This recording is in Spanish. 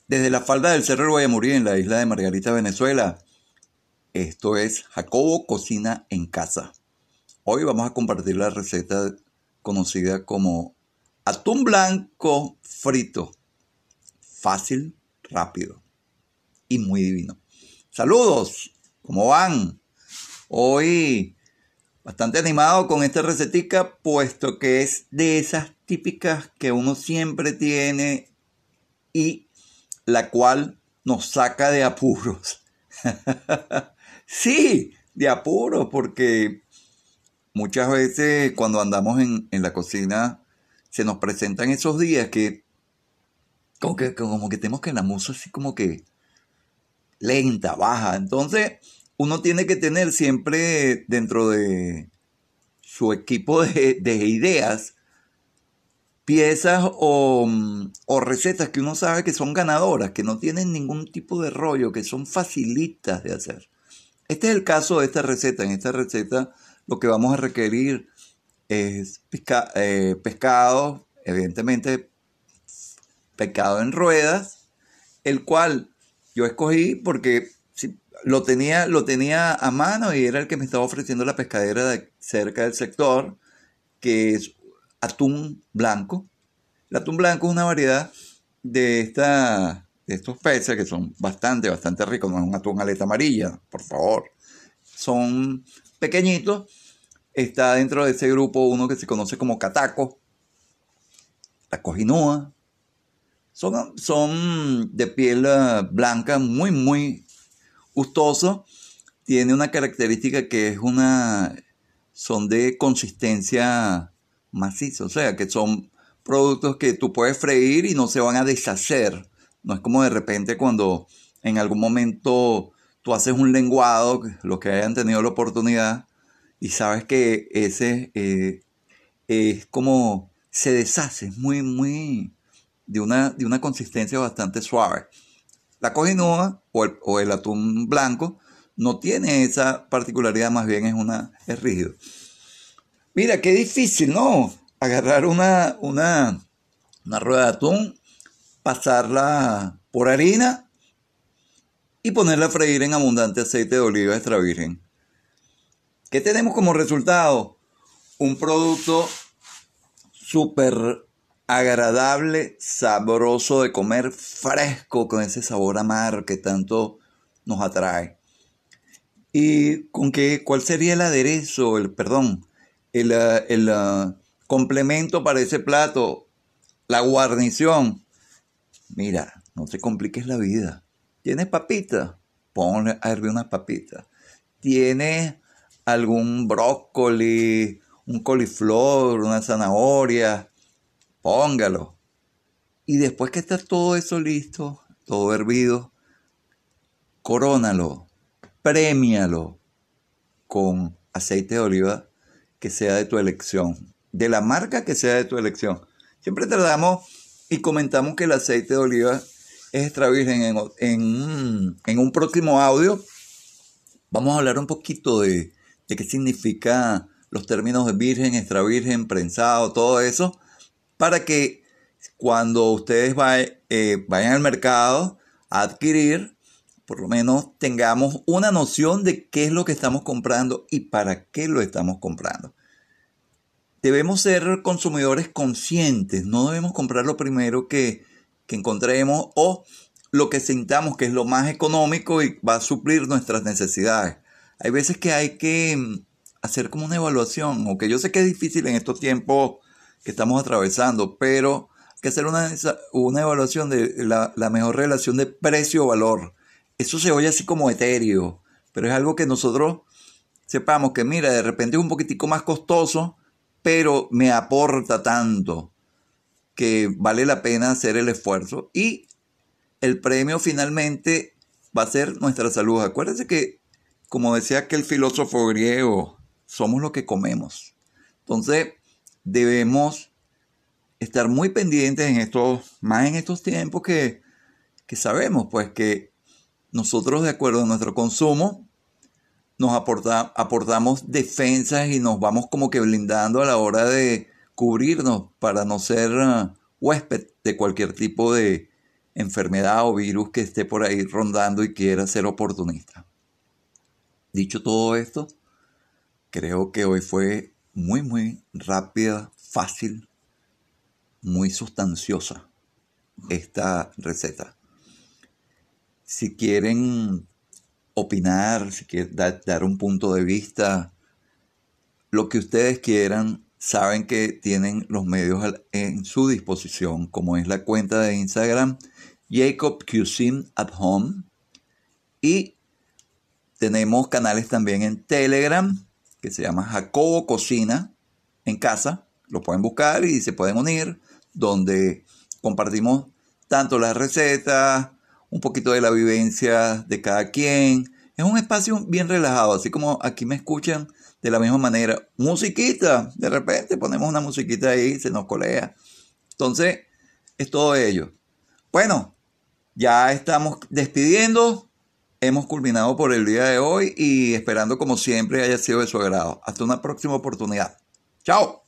Desde la falda del Cerro del Guayamurí en la isla de Margarita, Venezuela, esto es Jacobo Cocina en Casa. Hoy vamos a compartir la receta conocida como atún blanco frito. Fácil, rápido y muy divino. Saludos, ¿cómo van? Hoy bastante animado con esta recetica, puesto que es de esas típicas que uno siempre tiene y la cual nos saca de apuros. Sí, de apuros, porque muchas veces cuando andamos en la cocina se nos presentan esos días que como que tenemos que la musa así como que lenta, baja. Entonces uno tiene que tener siempre dentro de su equipo de ideas piezas o recetas que uno sabe que son ganadoras, que no tienen ningún tipo de rollo, que son facilitas de hacer. Este es el caso de esta receta. En esta receta lo que vamos a requerir es pescado, evidentemente pescado en ruedas, el cual yo escogí porque sí, lo tenía a mano y era el que me estaba ofreciendo la pescadera de cerca del sector, que es atún blanco. El atún blanco es una variedad de estos peces que son bastante ricos. No es un atún aleta amarilla, por favor. Son pequeñitos. Está dentro de ese grupo uno que se conoce como cataco, la cojinúa. Son de piel blanca, muy gustosos. Tiene una característica que son de consistencia maciza, o sea, que son productos que tú puedes freír y no se van a deshacer. No es como de repente cuando en algún momento tú haces un lenguado, los que hayan tenido la oportunidad, y sabes que ese es como se deshace, es muy de una consistencia bastante suave. La cojinoa o el atún blanco no tiene esa particularidad, más bien es rígido. Mira, qué difícil, ¿no? Agarrar una rueda de atún, pasarla por harina y ponerla a freír en abundante aceite de oliva extra virgen. ¿Qué tenemos como resultado? Un producto súper agradable, sabroso de comer, fresco, con ese sabor a mar que tanto nos atrae. ¿Y cuál sería el aderezo, el complemento para ese plato? La guarnición. Mira, no te compliques la vida. ¿Tienes papitas? Ponle a hervir unas papitas. ¿Tienes algún brócoli, un coliflor, una zanahoria? Póngalo. Y después que está todo eso listo, todo hervido, corónalo, prémialo con aceite de oliva que sea de tu elección, de la marca que sea de tu elección. Siempre tratamos y comentamos que el aceite de oliva es extra virgen. En un próximo audio vamos a hablar un poquito de qué significa los términos de virgen, extra virgen, prensado, todo eso, para que cuando ustedes vayan al mercado a adquirir, por lo menos tengamos una noción de qué es lo que estamos comprando y para qué lo estamos comprando. Debemos ser consumidores conscientes, no debemos comprar lo primero que encontremos o lo que sintamos que es lo más económico y va a suplir nuestras necesidades. Hay veces que hay que hacer como una evaluación, aunque yo sé que es difícil en estos tiempos que estamos atravesando, pero hay que hacer una evaluación de la mejor relación de precio-valor. Eso se oye así como etéreo, pero es algo que nosotros sepamos que, mira, de repente es un poquitico más costoso, pero me aporta tanto que vale la pena hacer el esfuerzo y el premio finalmente va a ser nuestra salud. Acuérdense que, como decía aquel filósofo griego, somos lo que comemos. Entonces, debemos estar muy pendientes más en estos tiempos que sabemos, pues que nosotros, de acuerdo a nuestro consumo, nos aportamos defensas y nos vamos como que blindando a la hora de cubrirnos para no ser huésped de cualquier tipo de enfermedad o virus que esté por ahí rondando y quiera ser oportunista. Dicho todo esto, creo que hoy fue muy rápida, fácil, muy sustanciosa esta receta. Si quieren opinar, si quieren dar un punto de vista, lo que ustedes quieran, saben que tienen los medios en su disposición, como es la cuenta de Instagram Jacob Cuisine at Home, y tenemos canales también en Telegram que se llama Jacobo Cocina en Casa. Lo pueden buscar y se pueden unir, donde compartimos tanto las recetas, un poquito de la vivencia de cada quien. Es un espacio bien relajado, así como aquí me escuchan de la misma manera. Musiquita, de repente ponemos una musiquita ahí, se nos colea. Entonces, es todo ello. Bueno, ya estamos despidiendo. Hemos culminado por el día de hoy y esperando como siempre haya sido de su agrado. Hasta una próxima oportunidad. ¡Chao!